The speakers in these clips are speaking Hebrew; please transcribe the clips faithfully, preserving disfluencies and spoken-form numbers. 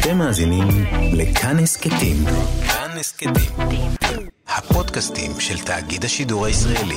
אתם מאזינים לכאן הסכתים. כאן הסכתים. הפודקאסטים של תאגיד השידור הישראלי.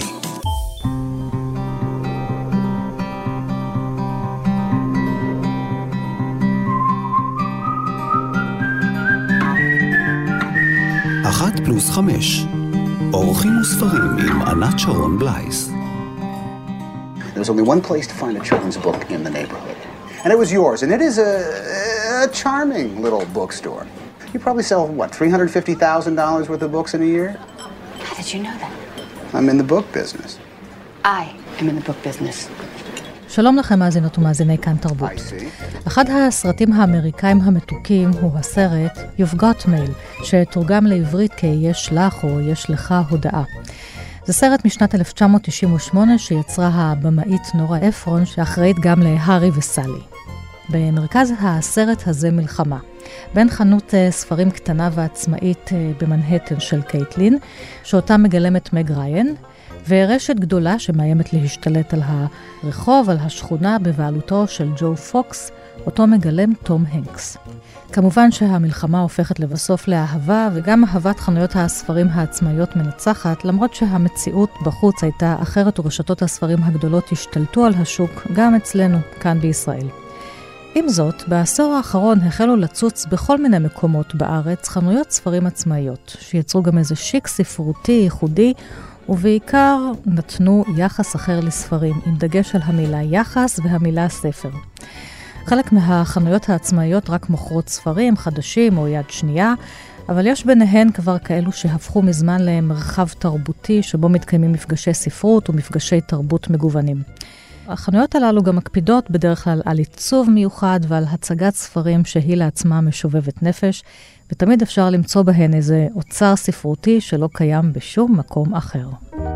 אחת פלוס חמש. אורחים וספרים עם ענת שרון בלייס. There was only one place to find a children's book in the neighborhood. And it was yours. And it is a, a charming little bookstore. You probably sell, what, three hundred fifty thousand dollars worth of books in a year? How did you know that? I'm in the book business. I am in the book business. שלום לכם מאזינות ומאזיני כאן תרבות. אחד הסרטים האמריקאים המתוקים הוא הסרט You've Got Mail, שתורגם לעברית כיש לך או יש לך הודעה. זה סרט משנת אלף תשע מאות תשעים ושמונה שיצרה הבמאית נורה אפרון, שאחראית גם להרי וסלי. במרכז הסרט הזה מלחמה, בין חנות ספרים קטנה ועצמאית במנהטן של קייטלין, שאותה מגלמת מג ריין, ורשת גדולה שמאיימת להשתלט על הרחוב, על השכונה בבעלותו של ג'ו פוקס, אותו מגלם תום הנקס. כמובן שהמלחמה הופכת לבסוף לאהבה, וגם אהבת חנויות הספרים העצמאיות מנצחת, למרות שהמציאות בחוץ הייתה אחרת ורשתות הספרים הגדולות השתלטו על השוק, גם אצלנו, כאן בישראל. עם זאת, בעשור האחרון החלו לצוץ בכל מיני מקומות בארץ חנויות ספרים עצמאיות, שיצרו גם איזה שיק ספרותי ייחודי, ובעיקר נתנו יחס אחר לספרים, עם דגש על המילה יחס והמילה ספר. חלק מהחנויות העצמאיות רק מוכרות ספרים חדשים או יד שנייה, אבל יש ביניהן כבר כאלו שהפכו מזמן למרחב תרבותי, שבו מתקיימים מפגשי ספרות ומפגשי תרבות מגוונים. החנויות הללו גם מקפידות בדרך כלל על עיצוב מיוחד ועל הצגת ספרים שהיא לעצמה משובבת נפש, ותמיד אפשר למצוא בהן איזה אוצר ספרותי שלא קיים בשום מקום אחר.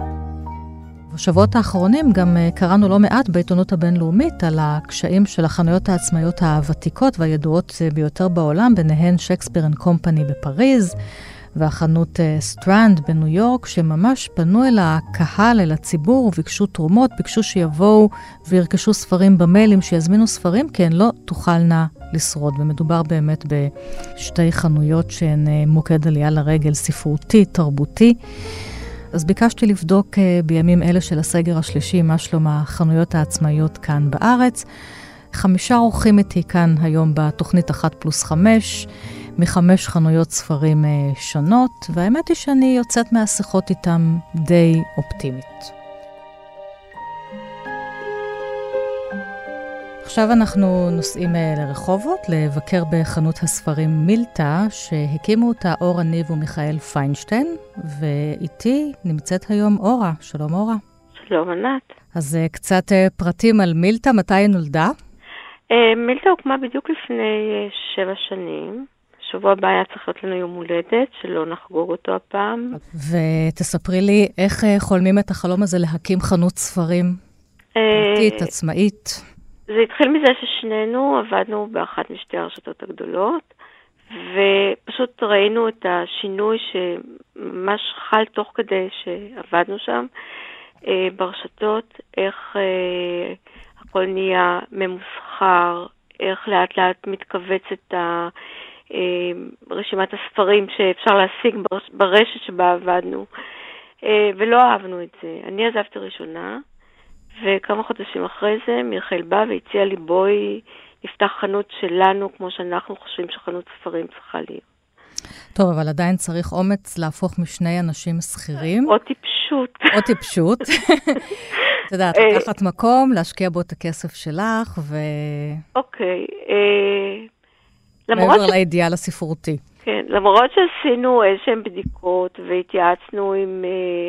בשבועות האחרונים גם קראנו לא מעט בעיתונות הבינלאומית על הקשיים של החנויות העצמאיות הוותיקות והידועות ביותר בעולם, ביניהן שייקספיר אנד קומפני בפריז, והחנות סטרנד בניו יורק, שממש פנו אל הקהל, אל הציבור, וביקשו תרומות, ביקשו שיבואו וירכשו ספרים במיילים, שיזמינו ספרים, כי הן לא תוכלנה לשרוד. ומדובר באמת בשתי חנויות שהן מוקד עלייה לרגל, ספרותי, תרבותי. אז ביקשתי לבדוק בימים אלה של הסגר השלישי, מה שלום החנויות העצמאיות כאן בארץ. חמישה אורחים איתי כאן היום בתוכנית אחת פלוס חמש, מחמש חנויות ספרים שונות, והאמת היא שאני יוצאת מהשיחות איתם די אופטימית. עכשיו אנחנו נוסעים לרחובות, לבקר בחנות הספרים מילטה, שהקימו אותה אורה ניב ומיכאל פיינשטיין, ואיתי נמצאת היום אורה. שלום אורה. שלום ענת. אז קצת פרטים על מילטה, מתי היא נולדה? מילטה הוקמה בדיוק לפני שבע שנים. שבוע הבא היה צריך להיות לנו יום הולדת, שלא נחגוג אותו הפעם. ותספרי לי איך חולמים את החלום הזה להקים חנות ספרים פרטית, עצמאית. זה התחיל מזה ששנינו עבדנו באחת משתי הרשתות הגדולות, ופשוט ראינו את השינוי שממש חל תוך כדי שעבדנו שם ברשתות, איך הכל נהיה ממוסחר, איך לאט לאט מתכווצת רשימת הספרים שאפשר להשיג ברשת שבה עבדנו, ולא אהבנו את זה. אני עזבתי ראשונה, וכמה חודשים אחרי זה מיכאל בא והציע לי, בואי נפתח חנות שלנו כמו שאנחנו חושבים שחנות ספרים צריכה להיות. טוב, אבל עדיין צריך אומץ להפוך משני אנשים שכירים. או טיפשות. או טיפשות. אתה יודעת, לקחת מקום, להשקיע בו את הכסף שלך, ו... אוקיי. מעבר לאידיאל הספרותי. כן, למרות שעשינו איזשהם בדיקות, והתייעצנו עם...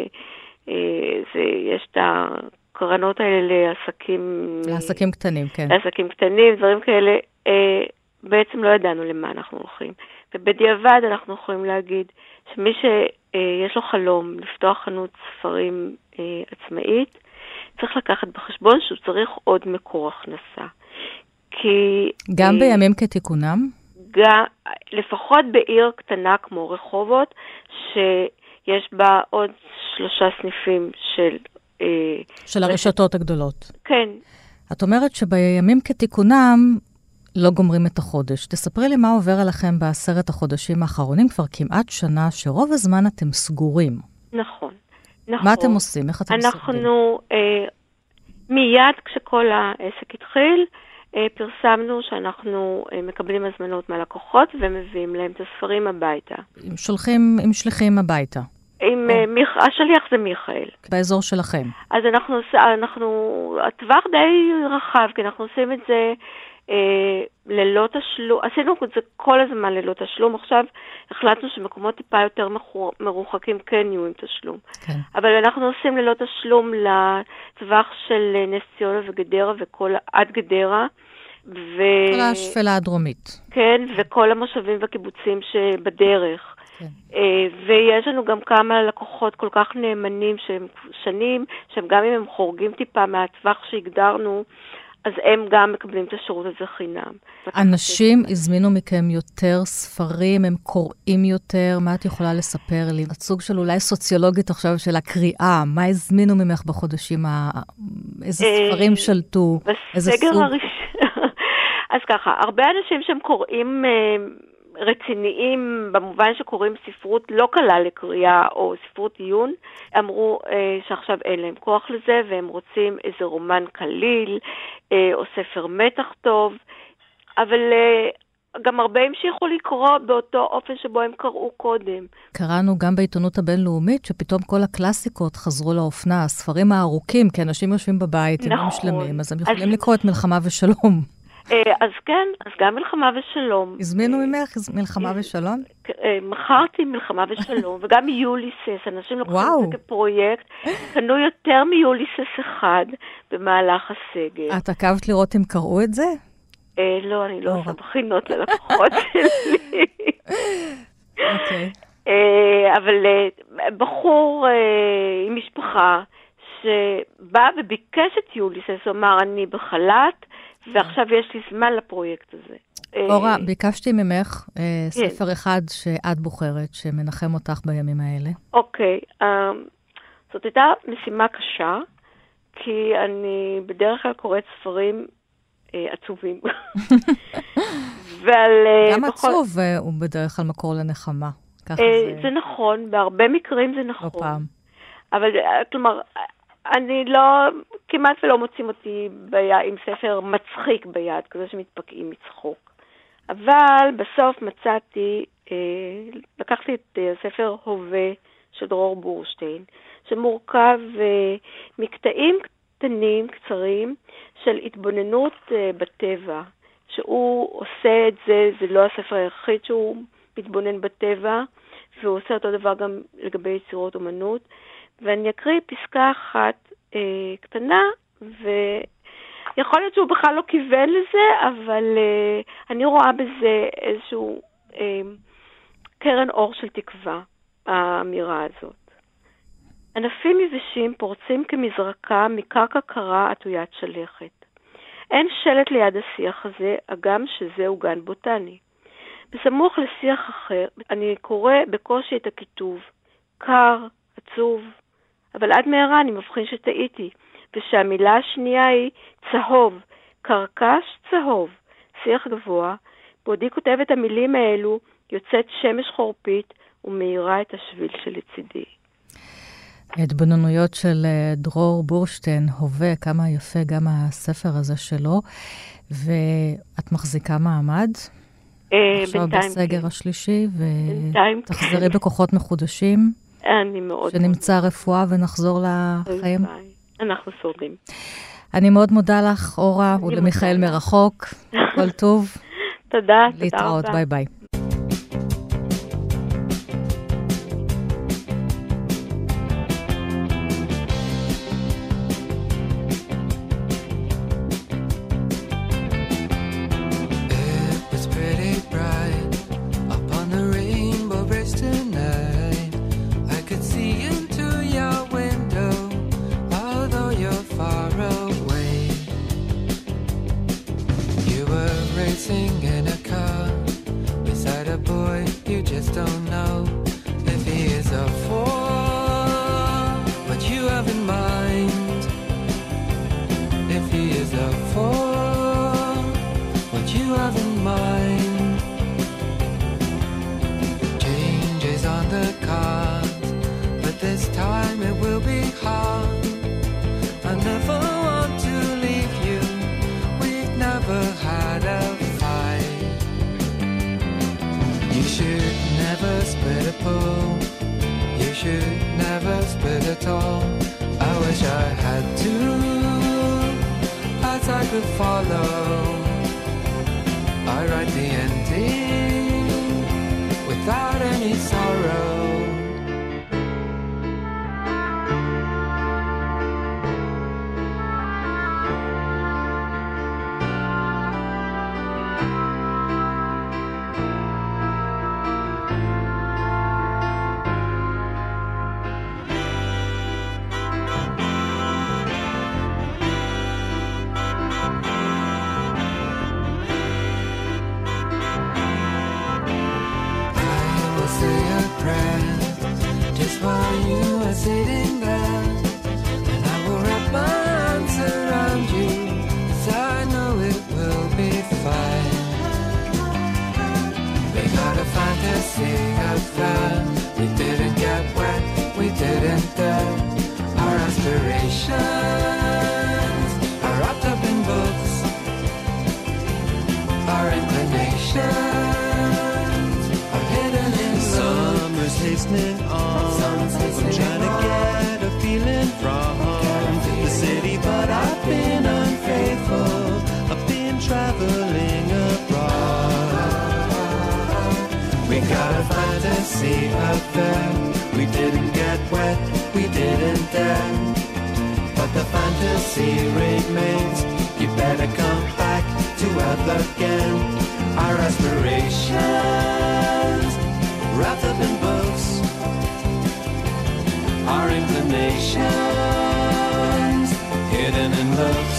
יש את ה... קרנות האלה לעסקים... לעסקים קטנים, כן. לעסקים קטנים, דברים כאלה, אה, בעצם לא ידענו למה אנחנו הולכים. ובדיעבד אנחנו יכולים להגיד שמי שיש לו חלום לפתוח חנות ספרים אה, עצמאית, צריך לקחת בחשבון שהוא צריך עוד מקור הכנסה. כי... גם אה, בימים כתיקונם? גם, לפחות בעיר קטנה כמו רחובות, שיש בה עוד שלושה סניפים של... של הרשתות הגדולות. כן. את אומרת שבימים כתיקונם לא גומרים את החודש. תספרי לי מה עובר עליכם בעשרת החודשים האחרונים, כבר כמעט שנה, שרוב הזמן אתם סגורים. נכון, נכון. מה אתם עושים? איך אתם סגורים? אנחנו, אה, מיד כשכל העסק התחיל, אה, פרסמנו שאנחנו אה, מקבלים הזמנות מהלקוחות, ומביאים להם את הספרים הביתה. הם שולחים, הם שליחים הביתה. עם, אה, מיכ... השליח זה מיכאל. באזור שלכם. אז אנחנו, אנחנו, הטווח די רחב, כי אנחנו עושים את זה אה, ללא תשלום, עשינו את זה כל הזמן ללא תשלום, עכשיו החלטנו שמקומות טיפה יותר מרוחקים כן יהיו עם תשלום. כן. אבל אנחנו עושים ללא תשלום לטווח של נס ציונה וגדרה וכל, עד גדרה. ו... כל השפלה הדרומית. כן, וכל המושבים והקיבוצים שבדרך. ויש לנו גם כמה לקוחות כל כך נאמנים שהם שנים, שהם גם אם הם חורגים טיפה מהטווח שהגדרנו, אז הם גם מקבלים את השירות הזה חינם. אנשים הזמינו מכם יותר ספרים, הם קוראים יותר, מה את יכולה לספר לי? הסוג של אולי סוציולוגית עכשיו של הקריאה, מה הזמינו ממך בחודשים, איזה ספרים שלטו? בסגר הראשון. אז ככה, הרבה אנשים שהם קוראים רציניים, במובן שקוראים ספרות לא קלה לקריאה או ספרות עיון, אמרו אה, שעכשיו אין להם כוח לזה, והם רוצים איזה רומן קליל, אה, או ספר מתח טוב, אבל אה, גם הרבה המשיכו לקרוא באותו אופן שבו הם קראו קודם. קראנו גם בעיתונות הבינלאומית, שפתאום כל הקלאסיקות חזרו לאופנה, הספרים הארוכים, כי אנשים יושבים בבית, נכון. הם לא משלמים, אז הם יכולים אז... לקרוא את מלחמה ושלום. אז כן, אז גם מלחמה ושלום. הזמינו ממך מלחמה ושלום? מכרתי מלחמה ושלום, וגם יוליסס, אנשים לוקחים את זה כפרויקט, קנו יותר מיוליסס אחד במהלך הסגר. את עקבת לראות אם קראו את זה? לא, אני לא עושה בחינות ללקוחות שלי. אוקיי. אבל בחור עם משפחה, שבא וביקש את יוליסס, הוא אמר, אני בחל"ת, ועכשיו יש לי זמן לפרויקט הזה. אורה, ביקשתי ממך ספר אחד שאת בוחרת, שמנחם אותך בימים האלה. אוקיי, זאת הייתה משימה קשה, כי אני בדרך כלל קוראת ספרים עצובים. גם עצוב הוא בדרך כלל מקור לנחמה. זה נכון, בהרבה מקרים זה נכון. לא פעם. אבל, כלומר, אני לא, כמעט ולא מוצאים אותי ביד, עם ספר מצחיק ביד, כזה שמתפקעים מצחוק. אבל בסוף מצאתי, אה, לקחתי את אה, הספר הווה של דרור בורשטיין, שמורכב אה, מקטעים קטנים, קצרים, של התבוננות אה, בטבע, שהוא עושה את זה, זה לא הספר היחיד שהוא מתבונן בטבע, והוא עושה אותו דבר גם לגבי יצירות אומנות, ואני אקריא פסקה אחת אה, קטנה, ויכול להיות שהוא בכלל לא כיוון לזה, אבל אה, אני רואה בזה איזשהו אה, קרן אור של תקווה, האמירה הזאת. ענפים יבשים פורצים כמזרקה מקרקע קרה עטוית שלכת. אין שלט ליד השיח הזה, אגם שזהו גן בוטני. בסמוך לשיח אחר, אני קורא בקושי את הכיתוב, קר, עצוב, אבל עד מהרה אני מבחין שטעיתי, ושהמילה השנייה היא צהוב, קרקש צהוב, שיח גבוה, בעודי כותב את המילים האלו, יוצאת שמש חורפית ומאירה את השביל שלצידי. התבוננויות של דרור בורשטיין, הווה, כמה יפה גם הספר הזה שלו, ואת מחזיקה מעמד? עכשיו בסגר השלישי, ותחזרי בכוחות מחודשים. אני מאוד... שנמצא רפואה ונחזור לחיים. אנחנו שורדים. אני מאוד מודה לך, אורה, ולמיכאל מרחוק. כל טוב. תודה, תודה רבה. להתראות, ביי ביי. What you have You should never split a pool. You should never split at all. I wish I had to. Hearts I could follow. I write the ending without any sorrow. While you are sitting there, and I will wrap my arms around you, 'cause I know it will be fine. We got a fantasy affair. We didn't get wet, we didn't dare. Our aspirations are wrapped up in books. Our inclinations are hidden in summer's hastening on. I'm trying to get a feeling from the city, but I've been unfaithful. I've been traveling abroad. We got a fantasy affair. We didn't get wet, we didn't dare. But the fantasy remains. You better come back to earth again. Our aspirations wrapped up in books. Our inclinations hidden in looks.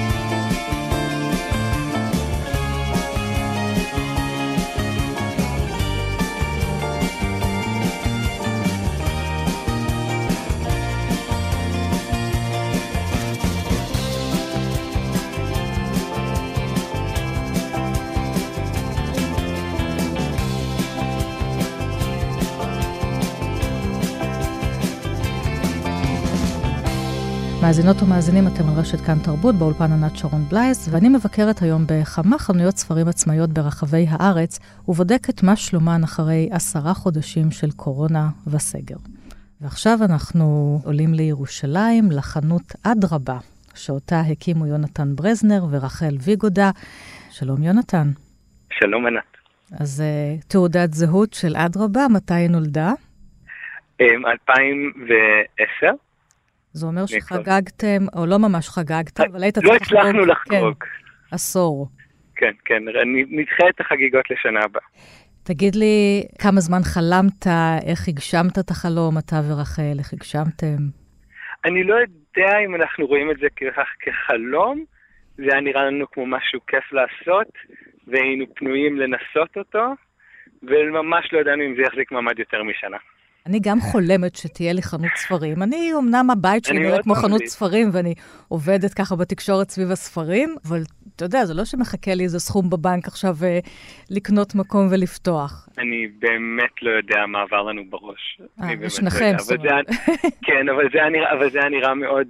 מאזינות ומאזינים, אתם על רשת כאן תרבות, באולפן ענת שרון בלייס, ואני מבקרת היום בכמה חנויות ספרים עצמאיות ברחבי הארץ, ובודקת מה שלומן אחרי עשרה חודשים של קורונה וסגר. ועכשיו אנחנו עולים לירושלים, לחנות אדרבה, שאותה הקימו יונתן ברזנר ורחל ויגודה. שלום יונתן. שלום ענת. אז תעודת זהות של אדרבה, מתי היא נולדה? אלפיים ועשר. זה אומר שחגגתם, או לא ממש חגגת, אבל היית צריך לחגוג. לא הצלחנו לחגוג. עשור. כן, כן, נדחה את החגיגות לשנה הבאה. תגיד לי, כמה זמן חלמת, איך הגשמת את החלום, אתה ורחל, איך הגשמתם? אני לא יודע אם אנחנו רואים את זה כחלום, זה היה נראה לנו כמו משהו כיף לעשות, והיינו פנויים לנסות אותו, וממש לא ידענו אם זה יחזיק מעמד יותר משנה. אני גם חולמת שתהיה לי חנות ספרים. אני, אמנם הבית שלי נראה כמו חנות ספרים, ואני עובדת ככה בתקשורת סביב הספרים, אבל אתה יודע, זה לא שמחכה לי איזה סכום בבנק עכשיו לקנות מקום ולפתוח. אני באמת לא יודע מה עבר לנו בראש. אה, ושניכם, זאת אומרת. כן, אבל זה היה נראה מאוד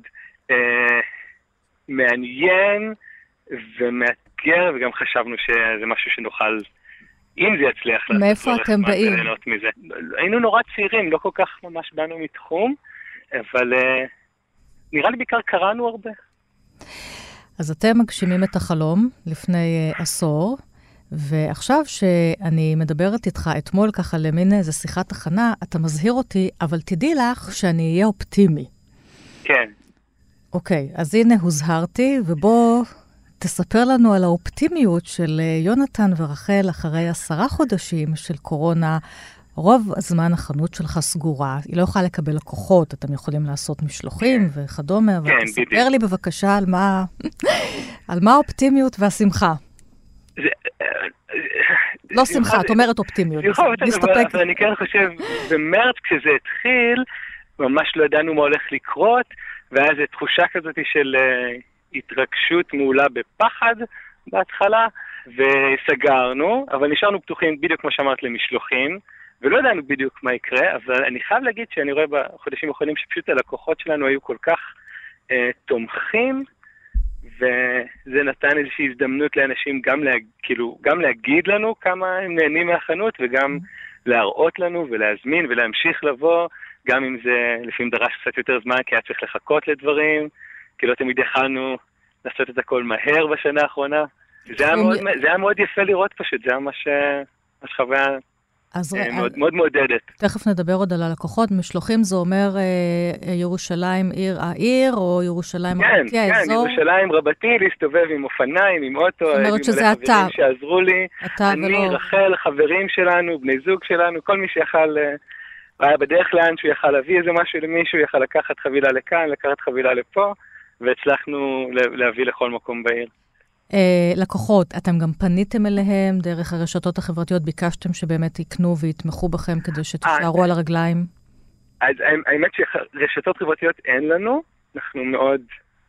מעניין ומאתגר, וגם חשבנו שזה משהו שנוכל... אם זה יצליח... מאיפה אתם באים? היינו נורא צעירים, לא כל כך ממש באנו מתחום, אבל uh, נראה לי בעיקר קראנו הרבה. אז אתם מגשימים את החלום לפני uh, עשור, ועכשיו שאני מדברת איתך אתמול ככה למין איזה שיחת הכנה, אתה מזהיר אותי, אבל תדעי לך שאני אהיה אופטימי. כן. אוקיי, אז הנה הוזהרתי, ובוא... תספר לנו על האופטימיות של יונתן ורחל אחרי עשרה חודשים של קורונה. רוב הזמן החנות שלך סגורה, היא לא יכולה לקבל לקוחות, אתם יכולים לעשות משלוחים וכדומה, אבל תספר לי בבקשה על מה, על מה האופטימיות והשמחה. לא שמחה, את אומרת אופטימיות. אבל אני כן חושב, במרץ כשזה התחיל, ממש לא ידענו מה הולך לקרות, ואז זו תחושה כזאת של... התרגשות מעולה בפחד בהתחלה, וסגרנו, אבל נשארנו פתוחים בדיוק כמו שאמרת למשלוחים, ולא ידענו בדיוק מה יקרה, אבל אני חייב להגיד שאני רואה בחודשים האחרונים שפשוט הלקוחות שלנו היו כל כך אה, תומכים, וזה נתן איזושהי הזדמנות לאנשים גם, לה, כאילו, גם להגיד לנו כמה הם נהנים מהחנות, וגם להראות לנו ולהזמין ולהמשיך לבוא, גם אם זה לפעמים דרש קצת יותר זמן, כי היה צריך לחכות לדברים, כי לא תמיד יכלנו לעשות את הכל מהר בשנה האחרונה. זה היה מאוד, זה היה מאוד יפה לראות פשוט, זה היה ממש חוויה מאוד מאוד מעודדת. תכף נדבר עוד על הלקוחות. משלוחים זה אומר ירושלים עיר העיר, או ירושלים רבתי האזור? כן, כן, ירושלים רבתי, להסתובב עם אופניים, עם אוטו, זאת אומרת שזה אתה. שעזרו לי. אני, רחל, חברים שלנו, בני זוג שלנו, כל מי שיכל, היה בדרך לאן שהוא יכל להביא איזה משהו למישהו, יכל לקחת חבילה לכאן, לקחת חבילה לפה, והצלחנו להביא לכל מקום בעיר. לקוחות, אתם גם פניתם אליהם דרך הרשתות החברתיות, ביקשתם שבאמת יקנו ויתמכו בכם כדי שתשארו על הרגליים? אז האמת שרשתות חברתיות אין לנו, אנחנו מאוד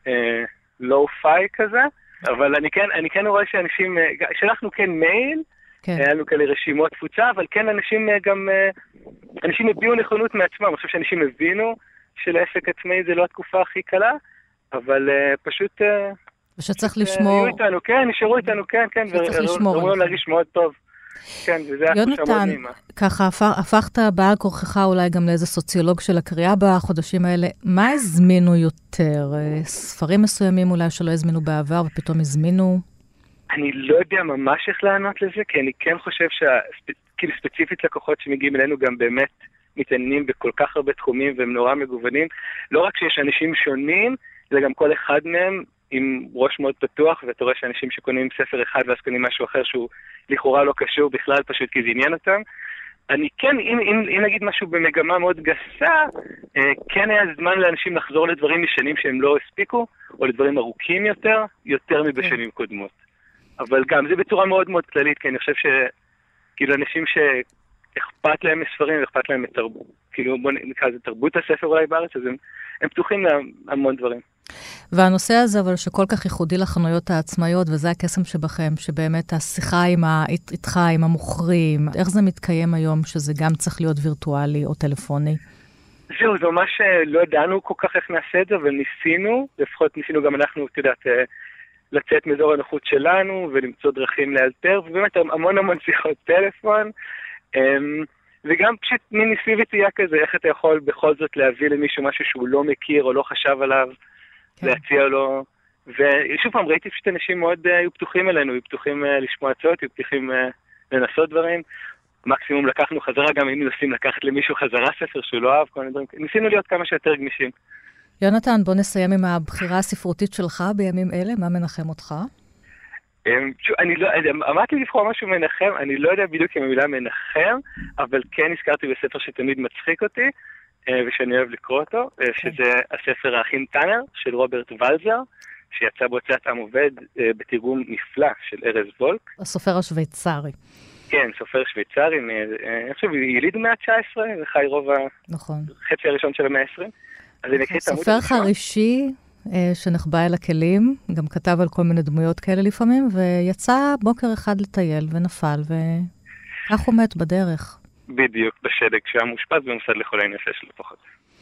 לואו-פיי כזה, אבל אני כן, אני כן רואה שאנשים, שלחנו כן מייל, היה לנו כאלה רשימות תפוצה, אבל כן אנשים גם, אנשים הביאו נכונות מעצמם, אני חושב שאנשים הבינו שלעסק עצמאי זה לא התקופה הכי קלה, אבל פשוט... ושצריך לשמור... נשארו איתנו, כן, נשארו איתנו, כן, כן, ורמנו להרגיש מאוד טוב. כן, וזה היה חושב מאוד נעימה. ככה, הפכת בעל כורכך אולי גם לאיזה סוציולוג של הקריאה בחודשים האלה. מה הזמינו יותר? ספרים מסוימים אולי שלא הזמינו בעבר ופתאום הזמינו? אני לא יודע ממש איך לענות לזה, כי אני כן חושב שכאילו ספציפית לקוחות שמגיעים אלינו גם באמת מתעניינים בכל כך הרבה תחומים והם נורא מגוונים. לא רק שיש אנשים שונים, זה גם כל אחד מהם עם ראש מאוד פתוח, ואתה רואה שאנשים שקונים ספר אחד ואז קונים משהו אחר שהוא לכאורה לא קשור בכלל, פשוט כי זה עניין אותם. אני כן, אם, אם, אם נגיד משהו במגמה מאוד גסה, אה, כן היה זמן לאנשים לחזור לדברים משנים שהם לא הספיקו, או לדברים ארוכים יותר, יותר מבשנים קודמות. אבל גם זה בצורה מאוד מאוד כללית, כי אני חושב שכאילו אנשים שאכפת להם מספרים, אכפת להם מתרבות, כאילו בוא נקרא לזה תרבות הספר אולי בארץ, אז הם, הם פתוחים להמון דברים. והנושא הזה, אבל שכל כך ייחודי לחנויות העצמאיות, וזה הקסם שבכם, שבאמת השיחה עם ה... איתך, עם המוכרים, איך זה מתקיים היום, שזה גם צריך להיות וירטואלי או טלפוני? זהו, זה ממש לא ידענו כל כך איך נעשה את זה, אבל ניסינו, לפחות ניסינו גם אנחנו, אתה יודעת, לצאת מאזור הנוחות שלנו, ולמצוא דרכים לאלתר, ובאמת המון המון שיחות טלפון, וגם פשוט מין ניסוי וטעייה כזה, איך אתה יכול בכל זאת להביא למישהו משהו שהוא לא מכיר או לא חשב עליו, להציע לו, ושוב פעם, ראיתי פשוט אנשים מאוד היו פתוחים אלינו, היו פתוחים לשמוע הצעות, היו פתוחים לנסות דברים, מקסימום לקחנו חזרה, גם אם נסים לקחת למישהו חזרה ספר שהוא לא אהב, כל מיני דברים, ניסינו להיות כמה שיותר גמישים. יונתן, בוא נסיים עם הבחירה הספרותית שלך בימים אלה, מה מנחם אותך? אני לא, אמרתי לבחור משהו מנחם, אני לא יודע בדיוק עם המילה מנחם, אבל כן הזכרתי בספר שתמיד מצחיק אותי, ושאני אוהב לקרוא אותו, שזה הספר האחים טאנר של רוברט ולזר, שיצא בהוצאת עם עובד בתרגום נפלא של ארז וולק. הסופר השוויצרי. כן, סופר שוויצרי, אני חושב, יליד מאה ה-תשע עשרה, וחי רוב החצי הראשון של המאה ה-עשרים. סופר חרישי שנחבא אל הכלים, גם כתב על כל מיני דמויות כאלה לפעמים, ויצא בוקר אחד לטייל ונפל, וכך הוא מת בדרך. בדיוק, בשדק, שהיה מושפט במוסד לחולי נפש לפחות.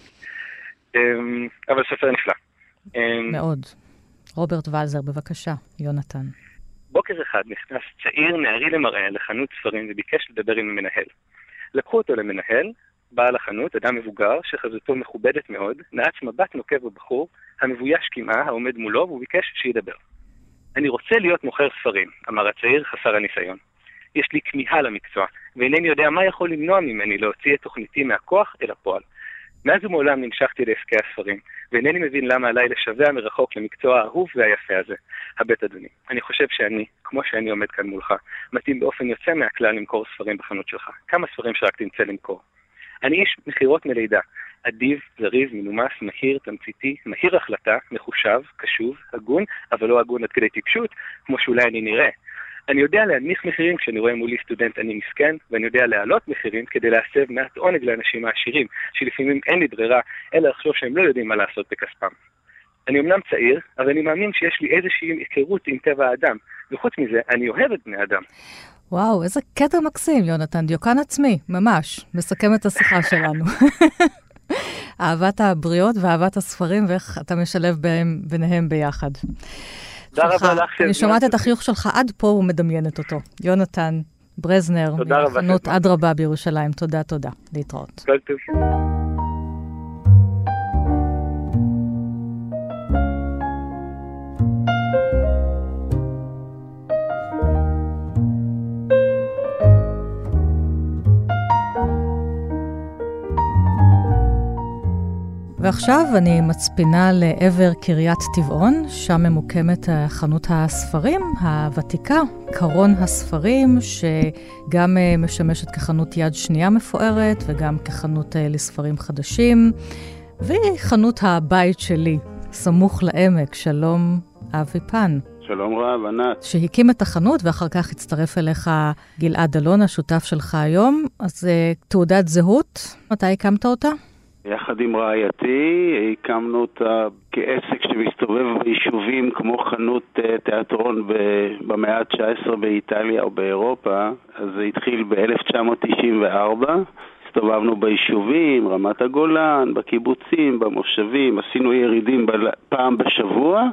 אבל ספר נפלא. מאוד. רוברט ולזר, בבקשה, יונתן. בוקר אחד נכנס צעיר נערי למראה לחנות ספרים וביקש לדבר עם המנהל. לקחו אותו למנהל, בעל החנות, אדם מבוגר, שחזותו מכובדת מאוד, נעץ מבט נוקב בבחור, המבויש כמעה, העומד מולו, והוא ביקש שידבר. אני רוצה להיות מוכר ספרים, אמר הצעיר חסר הניסיון. יש לי כמיהה למקצוע, ואינני יודע מה יכול למנוע ממני להוציא את תוכניתי מהכוח אל הפועל. מאז ומעולם נמשכתי לעסקי הספרים, ואינני מבין למה עליי לשווה מרחוק למקצוע האהוב והיפה הזה. הבט אדוני, אני חושב שאני, כמו שאני עומד כאן מולך, מתאים באופן יוצא מהכלל למכור ספרים בחנות שלך. כמה ספרים שרק תמצא למכור. אני איש מחירות מלידה, אדיב, זריז, מנומס, מהיר, תמציתי, מהיר החלטה, מחושב, קשוב, הגון, אבל לא הגון עד כדי טיפשות, כמו שאולי אני נראה. אני יודע להנמיך מחירים כשאני רואה מולי סטודנט אני מסכן, ואני יודע להעלות מחירים כדי להסב מעט עונג לאנשים העשירים, שלפעמים אין לי ברירה, אלא לחשוב שהם לא יודעים מה לעשות בכספם. אני אמנם צעיר, אבל אני מאמין שיש לי איזושהי היכרות עם טבע האדם, וחוץ מזה, אני אוהב את בני אדם. וואו, איזה קטע מקסים, יונתן, דיוקן עצמי, ממש, מסכם את השיחה שלנו. אהבת הבריות ואהבת הספרים, ואיך אתה משלב בהם, ביניהם ביחד. תודה רבה לך. אני שומעת את החיוך שלך עד פה ומדמיינת אותו. יונתן ברזנר, מחנות אדרבה בירושלים. תודה, תודה. להתראות. כל טוב. ועכשיו אני מצפינה לעבר קריית טבעון, שם ממוקמת חנות הספרים הוותיקה, קרון הספרים, שגם משמשת כחנות יד שנייה מפוארת, וגם כחנות לספרים חדשים, והיא חנות הבית שלי, סמוך לעמק. שלום אבי פן. שלום רב, ענת. שהקים את החנות, ואחר כך הצטרף אליך גלעד אלון, השותף שלך היום. אז תעודת זהות, מתי הקמת אותה? יחד עם רעייתי, הקמנו אותה כעסק שמסתובב ביישובים כמו חנות תיאטרון במאה ה-תשע עשרה באיטליה או באירופה. אז זה התחיל ב-אלף תשע מאות תשעים וארבע. הסתובבנו ביישובים, רמת הגולן, בקיבוצים, במושבים, עשינו ירידים פעם בשבוע,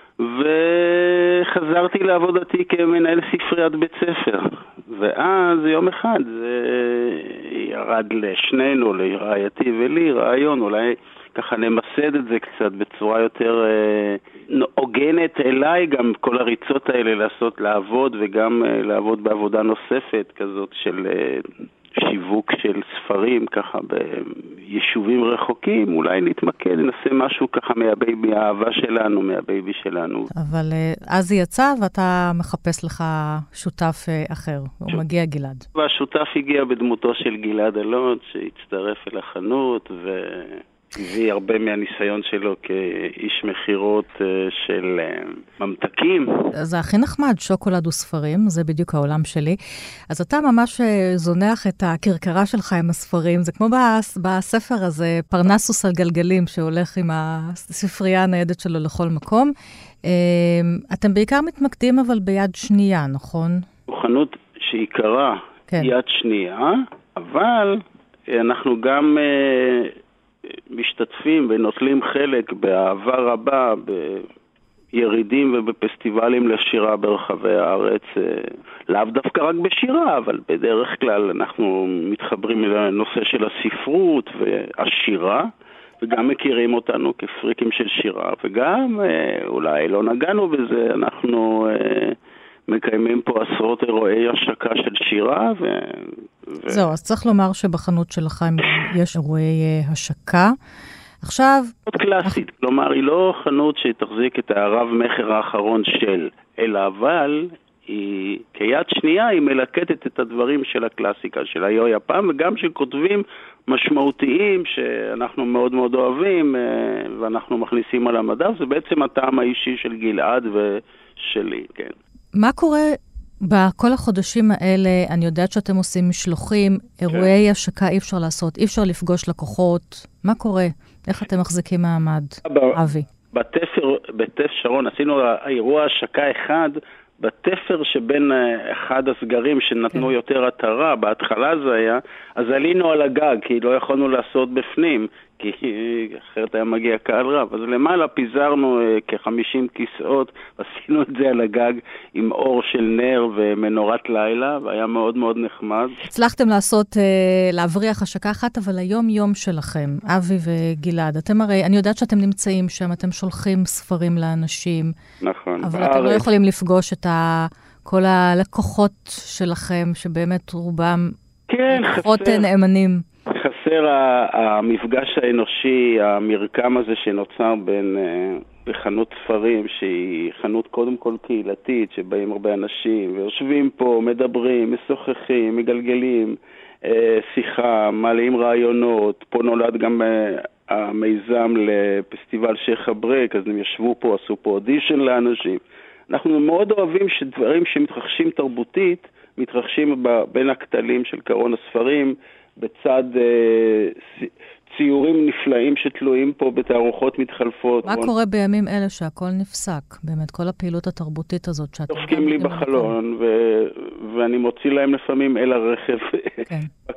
וחזרתי לעבודתי כמנהל ספריית בית ספר. ואז יום אחד זה ירד לשנינו, לרעייתי ולי, רעיון, אולי ככה נמסד את זה קצת בצורה יותר הוגנת אליי, גם כל הריצות האלה לעשות, לעבוד, וגם לעבוד בעבודה נוספת כזאת של שיווק של ספרים ככה ביישובים רחוקים. אולי נתמקד, נעשה משהו ככה מהבייבי, מהאהבה שלנו, מהבייבי שלנו. אבל אז היא יצא ואתה מחפש לך שותף אחר, הוא מגיע גלעד. והשותף הגיע בדמותו של גלעד אלון, שהצטרף אל החנות ו... הביא הרבה מהניסיון שלו כאיש מחירות של ממתקים. זה הכי נחמד, שוקולד וספרים, זה בדיוק העולם שלי. אז אתה ממש זונח את הכרכרה שלך עם הספרים, זה כמו בספר הזה, פרנסוס על גלגלים, שהולך עם הספרייה הניידת שלו לכל מקום. אתם בעיקר מתמקדים אבל ביד שנייה, נכון? חנות שעיקרה כן. יד שנייה, אבל אנחנו גם... משתתפים ונוטלים חלק באהבה רבה בירידים ובפסטיבלים לשירה ברחבי הארץ, לאו דווקא רק בשירה, אבל בדרך כלל אנחנו מתחברים לנושא של הספרות והשירה, וגם מכירים אותנו כפריקים של שירה, וגם אולי לא נגענו בזה, אנחנו מקיימים פה עשרות אירועי השקה של שירה ו... זהו, אז צריך לומר שבחנות שלכם יש אירועי השקה. עכשיו... מאוד קלאסית, כלומר, היא לא חנות שתחזיק את הרב מחר האחרון של, אלא אבל היא כיד שנייה היא מלקטת את הדברים של הקלאסיקה, של היו יפעם, וגם של כותבים משמעותיים שאנחנו מאוד מאוד אוהבים, ואנחנו מכניסים על המדף, זה בעצם הטעם האישי של גלעד ושלי, כן. מה קורה... בכל החודשים האלה, אני יודעת שאתם עושים משלוחים, אירועי השקה אי אפשר לעשות, אי אפשר לפגוש לקוחות. מה קורה? איך אתם מחזיקים מעמד, אבי? בתפר, בתפר שרון, עשינו אירוע השקה אחד, בתפר שבין אחד הסגרים שנתנו כן. יותר התרה, בהתחלה זה היה, אז עלינו על הגג, כי לא יכולנו לעשות בפנים, כי אחרת היה מגיע קהל רב. אז למעלה פיזרנו כ-חמישים כיסאות, עשינו את זה על הגג עם אור של נר ומנורת לילה, והיה מאוד מאוד נחמד. הצלחתם לעשות, להבריח השקה אחת, אבל היום יום שלכם, אבי וגלעד, אתם הרי, אני יודעת שאתם נמצאים שם, אתם שולחים ספרים לאנשים. נכון. אבל אתם לא יכולים לפגוש את כל הלקוחות שלכם, שבאמת רובם כן, לקוחות נאמנים. חסר המפגש האנושי, המרקם הזה שנוצר בין בחנות ספרים, שהיא חנות קודם כל קהילתית, שבאים הרבה אנשים, ויושבים פה, מדברים, משוחחים, מגלגלים, שיחה, מעלים רעיונות. פה נולד גם המיזם לפסטיבל שייח אברק, אז הם ישבו פה, עשו פה אודישן לאנשים. אנחנו מאוד אוהבים שדברים שמתרחשים תרבותית, מתרחשים בין הכתלים של קרון הספרים, בצד אה, ציורים נפלאים שתלויים פה בתערוכות מתחלפות. מה קורה בימים אלה שהכל נפסק? באמת, כל הפעילות התרבותית הזאת שאתם... דופקים לי בחלון, ו... ואני מוציא להם לפעמים אל הרכב כן.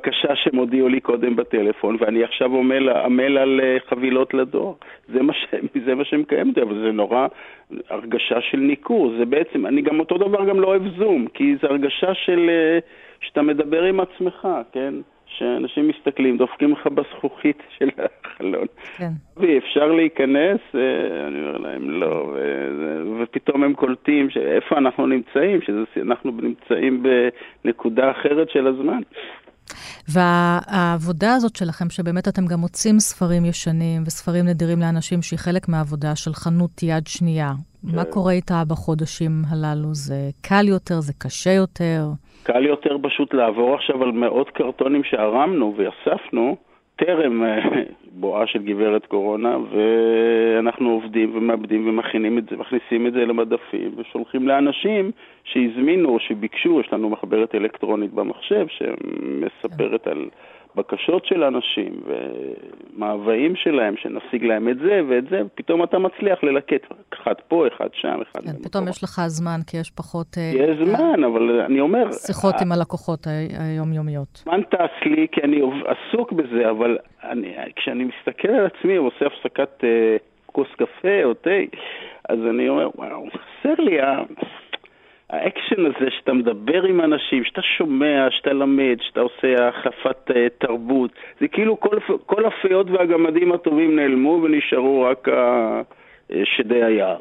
בקשה שהם הודיעו לי קודם בטלפון, ואני עכשיו עמל, עמל על חבילות לדור. זה מה, ש, זה מה שמקיים אותי, אבל זה נורא הרגשה של ניכור. זה בעצם, אני גם אותו דבר גם לא אוהב זום, כי זה הרגשה של, שאתה מדבר עם עצמך, כן? שאנשים מסתכלים, דופקים לך בזכוכית של החלון. כן. ואפשר להיכנס, אני אומר להם לא, ו- ופתאום הם קולטים שאיפה אנחנו נמצאים, שאנחנו נמצאים בנקודה אחרת של הזמן. והעבודה הזאת שלכם, שבאמת אתם גם מוצאים ספרים ישנים וספרים נדירים לאנשים שהיא חלק מהעבודה של חנות יד שנייה. מה קורה איתה בחודשים הללו? זה קל יותר? זה קשה יותר? קל יותר פשוט לעבור עכשיו על מאות קרטונים שהרמנו ואספנו, טרם בואה של גברת קורונה, ואנחנו עובדים ומאבדים ומכינים את זה, מכניסים את זה למדפים, ושולחים לאנשים שהזמינו או שביקשו. יש לנו מחברת אלקטרונית במחשב שמספרת על בקשות של אנשים ומאוויים שלהם, שנשיג להם את זה ואת זה, פתאום אתה מצליח ללקט אחד פה, אחד שם, אחד כן, פתאום יש לך זמן, כי יש פחות... יש זמן, אבל אני אומר... שיחות עם הלקוחות היומיומיות. זמן טס לי, כי אני עסוק בזה, אבל אני, כשאני מסתכל על עצמי ועושה הפסקת אה, כוס קפה או תה, אז אני אומר, וואו, חסר לי ה... האקשן הזה שאתה מדבר עם אנשים, שאתה שומע, שאתה למד, שאתה עושה החלפת uh, תרבות, זה כאילו כל, כל הפיות והגמדים הטובים נעלמו ונשארו רק uh, שדי היער.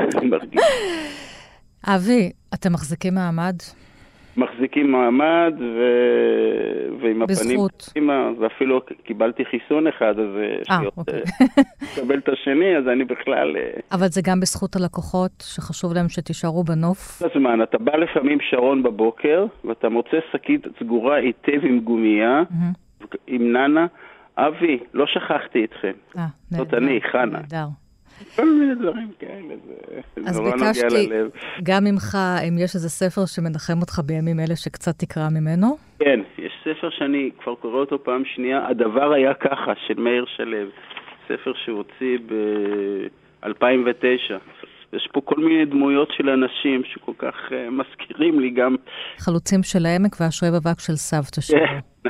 אבי, אתם מחזיקים מעמד? מחזיקים מעמד ו... ועם בזכות. הפנים, ואפילו קיבלתי חיסון אחד, אז אה, אוקיי. קבל את השני, אז אני בכלל... אבל זה גם בזכות הלקוחות שחשוב להם שתישארו בנוף? בזמן, אתה בא לפעמים שרון בבוקר, ואתה מוצא שקית סגורה היטב עם גומיה, mm-hmm. עם ננה, אבי, לא שכחתי אתכם. אה, נהדר. זאת אני, חנה. נהדר. כל מיני דברים כאלה, זה נורא נוגע ללב. אז ביקשתי גם ממך, אם יש איזה ספר שמנחם אותך בימים אלה שקצת תקרא ממנו? כן, יש ספר שאני כבר קורא אותו פעם שנייה, הדבר היה ככה, של מאיר שלו, ספר שהוא הוציא ב-אלפיים ותשע. יש פה כל מיני דמויות של אנשים שכל כך uh, מזכירים לי גם... חלוצים של העמק והשרי בבק של סבתא שלו.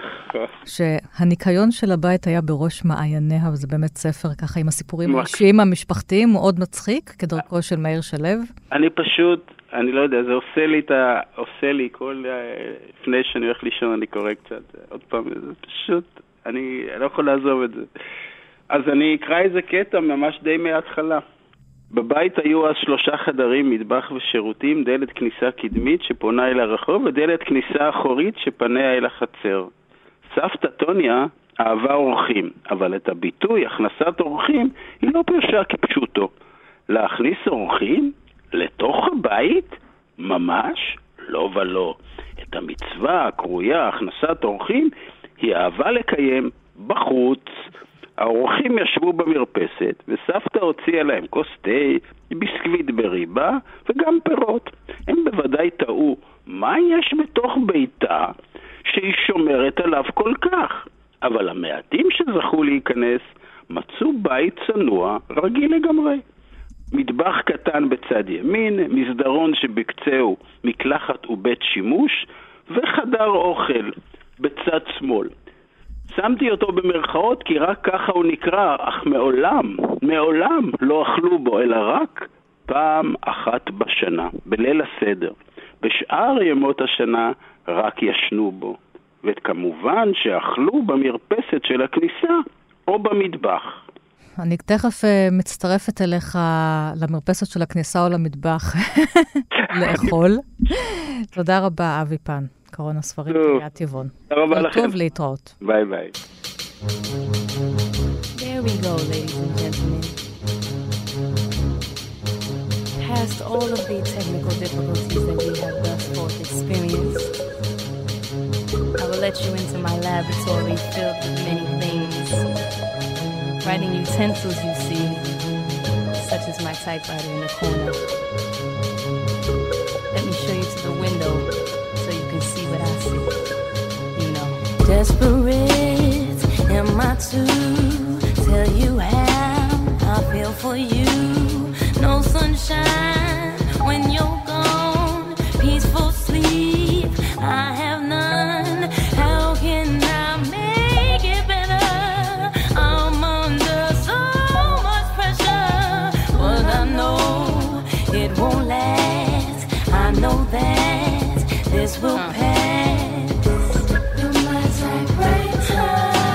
שהניקיון של הבית היה בראש מעייניה, וזה באמת ספר ככה עם הסיפורים האישיים המשפחתיים, מאוד מצחיק, כדרכו של מאיר שלו. אני פשוט, אני לא יודע, זה עושה לי את ה... עושה לי כל... לפני שאני הולך לישון, אני קורא קצת. עוד פעם, זה פשוט... אני לא יכול לעזוב את זה. אז אני אקרא איזה קטע ממש די מההתחלה. בבית היו אז שלושה חדרים, מטבח ושירותים, דלת כניסה קדמית שפונה אל הרחוב, ודלת כניסה אחורית שפניה אל החצר. סבתא טוניה אהבה אורחים, אבל את הביטוי הכנסת אורחים היא לא פרשה כפשוטו. להכניס אורחים לתוך הבית? ממש לא ולא. את המצווה הקרויה הכנסת אורחים היא אהבה לקיים בחוץ. האורחים ישבו במרפסת, וסבתא הוציאה להם כוס תה, ביסקוויט בריבה, וגם פירות. הם בוודאי טעו, מה יש בתוך ביתה שהיא שומרת עליו כל כך? אבל המעטים שזכו להיכנס, מצאו בית צנוע, רגיל לגמרי. מטבח קטן בצד ימין, מסדרון שבקצהו מקלחת ובית שימוש, וחדר אוכל בצד שמאל. שמתי אותו במרכאות כי רק ככה הוא נקרא, אך מעולם, מעולם לא אכלו בו, אלא רק פעם אחת בשנה, בליל הסדר. בשאר ימות השנה רק ישנו בו. וכמובן שאכלו במרפסת של הכניסה או במטבח. אני תכף uh, מצטרפת אליך למרפסת של הכניסה או למטבח לאכול. תודה רבה, אבי פן. קרון הספרים, קריאת טבעון. תודה רבה לכם. טוב להתראות. ביי ביי. There we go, ladies and gentlemen. Past all of the technical difficulties that we have thus far experienced, I will let you into my laboratory filled with many things. Writing utensils you see, such as my typewriter in the corner. Let me show you to the window so you can see what I see. You know. Desperate am I to tell you how I feel for you. No sunshine when you're gone. Peaceful sleep I have none. How can I this will pass. You're my typewriter.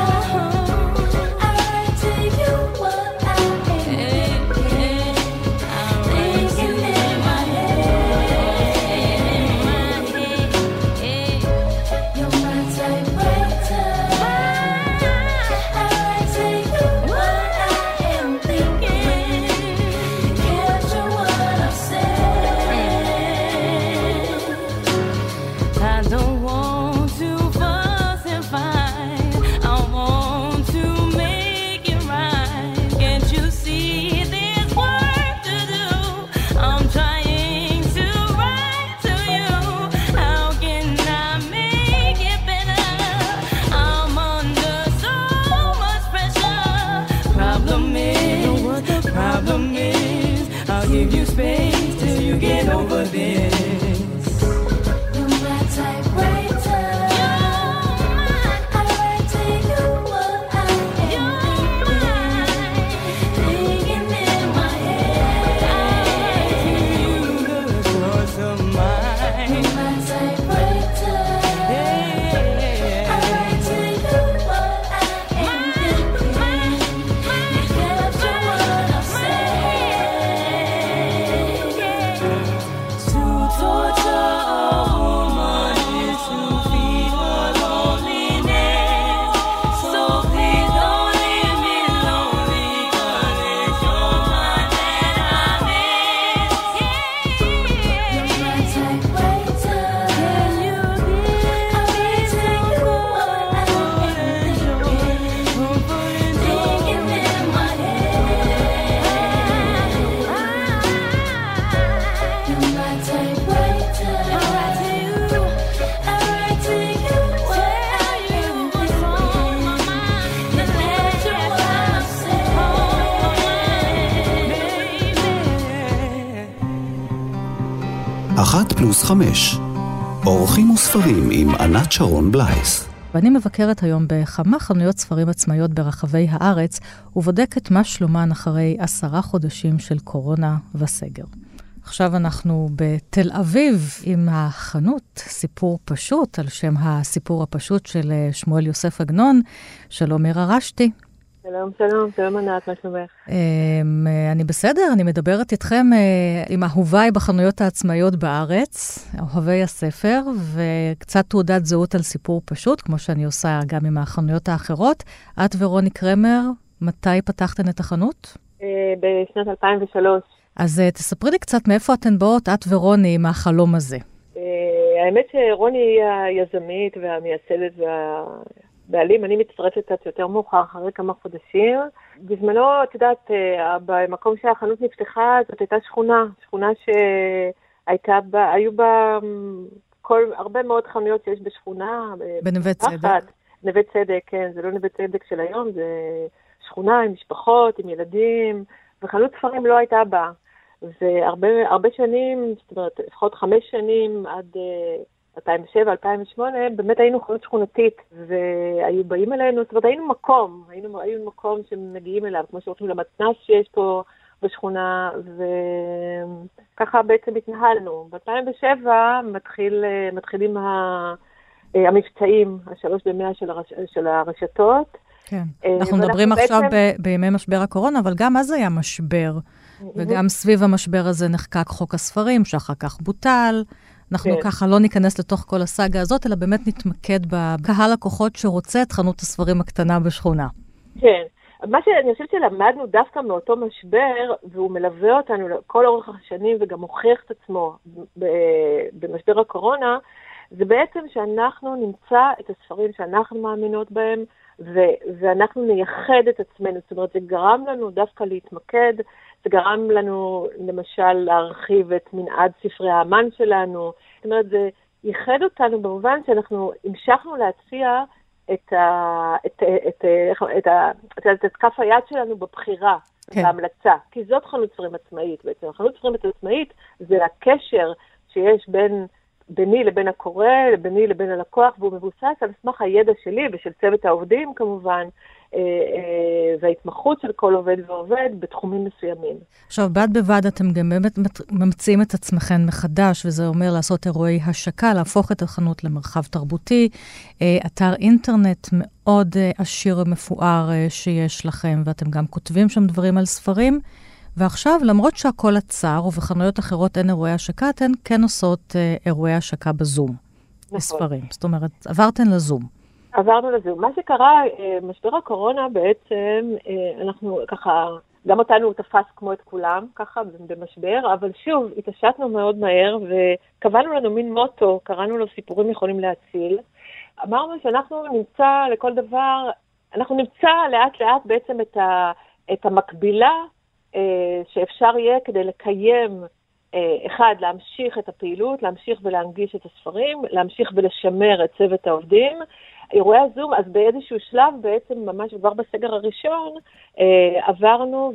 I write to you what I am thinking. Thinking in my head. You're my typewriter. I write to you what I am thinking. Capture what I said. I don't want to fuss and fight. I want to make it right. Can't you see there's work to do? I'm trying to write to you. How can I make it better? I'm under so much pressure. Problem is, what the problem is, I'll give you space till you get over this. You're my typewriter. I write to you what I am thinking. Thinking in my head. You the source of mine. You're my typewriter. I write to you what I am thinking. Capture what I said. To torture a woman is to feed her loneliness. So please don't leave me lonely, 'cause it's your mind that I miss. You're my typewriter. Can you give? I write to you what I am thinking. Thinking in my head. You're my typewriter. I write to you. I write to you what I am thinking. Capture what I said. אחת פלוס חמש. אורחים וספרים עם ענת שרון בלייס. ואני מבקרת היום בכמה חנויות ספרים עצמאיות ברחבי הארץ, ובודקת מה שלומן אחרי עשרה חודשים של קורונה וסגר. עכשיו אנחנו בתל אביב עם החנות סיפור פשוט, על שם הסיפור הפשוט של שמואל יוסף עגנון. שלום מירה רשתי. שלום, שלום, שלום ענת, מה שלומך? אמ, אני בסדר, אני מדברת איתכם אה, עם אהוביי בחנויות העצמאיות בארץ, אוהבי הספר, וקצת תעודת זהות על סיפור פשוט, כמו שאני עושה גם עם החנויות האחרות. את ורוני קרמר, מתי פתחתן את החנות? אה, בשנת אלפיים ושלוש. אז אה, תספרי לי קצת מאיפה אתן באות, את ורוני, עם החלום הזה. אה, האמת שרוני היא היזמית והמייסדת וה... בעלים, אני מצטרפת קצת יותר מאוחר, אחרי כמה חודשים. בזמנו, את יודעת, במקום שהחנות נפתחה, זאת הייתה שכונה, שכונה שהייתה בה, היו בה כל, הרבה מאוד חנויות שיש בשכונה. בנווה צדק. נווה צדק, כן, זה לא נווה צדק של היום, זה שכונה עם משפחות, עם ילדים, וחנות ספרים לא הייתה בה. והרבה הרבה שנים, זאת אומרת, לפחות חמש שנים עד אלפיים ושבע אלפיים ושמונה, באמת היינו חנות שכונתית, והיו באים אלינו, זאת אומרת, היינו מקום, היינו, היינו מקום שמגיעים אליו, כמו שהולכים למתנ"ס שיש פה בשכונה, וככה בעצם התנהלנו. ב-אלפיים ושבע מתחיל, מתחילים ה, המבצעים, השלוש במאה של, הרש, של הרשתות. כן, אנחנו מדברים עכשיו בעצם... ב- בימי משבר הקורונה, אבל גם אז היה משבר, וגם סביב המשבר הזה נחקק חוק הספרים, שאחר כך בוטל. אנחנו כן. ככה לא ניכנס לתוך כל הסאגה הזאת, אלא באמת נתמקד בקהל הכוחות שרוצה את חנות הספרים הקטנה בשכונה. כן. מה שאני חושבת שלמדנו דווקא מאותו משבר, והוא מלווה אותנו כל אורך השנים, וגם מוכיח את עצמו במשבר הקורונה, זה בעצם שאנחנו נמצא את הספרים שאנחנו מאמינות בהם, ו- ואנחנו נייחד את עצמנו. זאת אומרת, זה גרם לנו דווקא להתמקד, זה גרם לנו למשל להרחיב את מנעד ספרי האמן שלנו. זאת אומרת, זה ייחד אותנו במובן שאנחנו המשכנו להציע את, ה- את, את, את, את, את, את, את כף היד שלנו בבחירה, כן. בהמלצה. כי זאת חנות ספרים עצמאית בעצם. חנות ספרים עצמאית זה הקשר שיש בין ביני לבין הקורא, ביני לבין הלקוח, והוא מבוסס על סמך הידע שלי ושל צוות העובדים כמובן, וההתמחות של כל עובד ועובד בתחומים מסוימים. עכשיו, בד בבד אתם גם באמת ממציאים את עצמכם מחדש, וזה אומר לעשות אירועי השקה, להפוך את החנות למרחב תרבותי, אתר אינטרנט מאוד עשיר ומפואר שיש לכם, ואתם גם כותבים שם דברים על ספרים, ועכשיו, למרות שהכל עצר, ובחנויות אחרות אין אירועי השקה, אתן כן עושות אירועי השקה בזום, נכון. בספרים. זאת אומרת, עברתן לזום. עברנו לזום. מה שקרה, משבר הקורונה בעצם, אנחנו ככה, גם אותנו תפס כמו את כולם, ככה במשבר, אבל שוב, התעשתנו מאוד מהר, וקבענו לנו מין מוטו, קראנו לו סיפורים יכולים להציל. אמרנו שאנחנו נמצא לכל דבר, אנחנו נמצא לאט לאט בעצם את, ה, את המקבילה, שאפשר יהיה כדי לקיים, אחד, להמשיך את הפעילות, להמשיך ולהנגיש את הספרים, להמשיך ולשמר את צוות העובדים. אירועי הזום, אז באיזשהו שלב בעצם ממש כבר בסגר הראשון, עברנו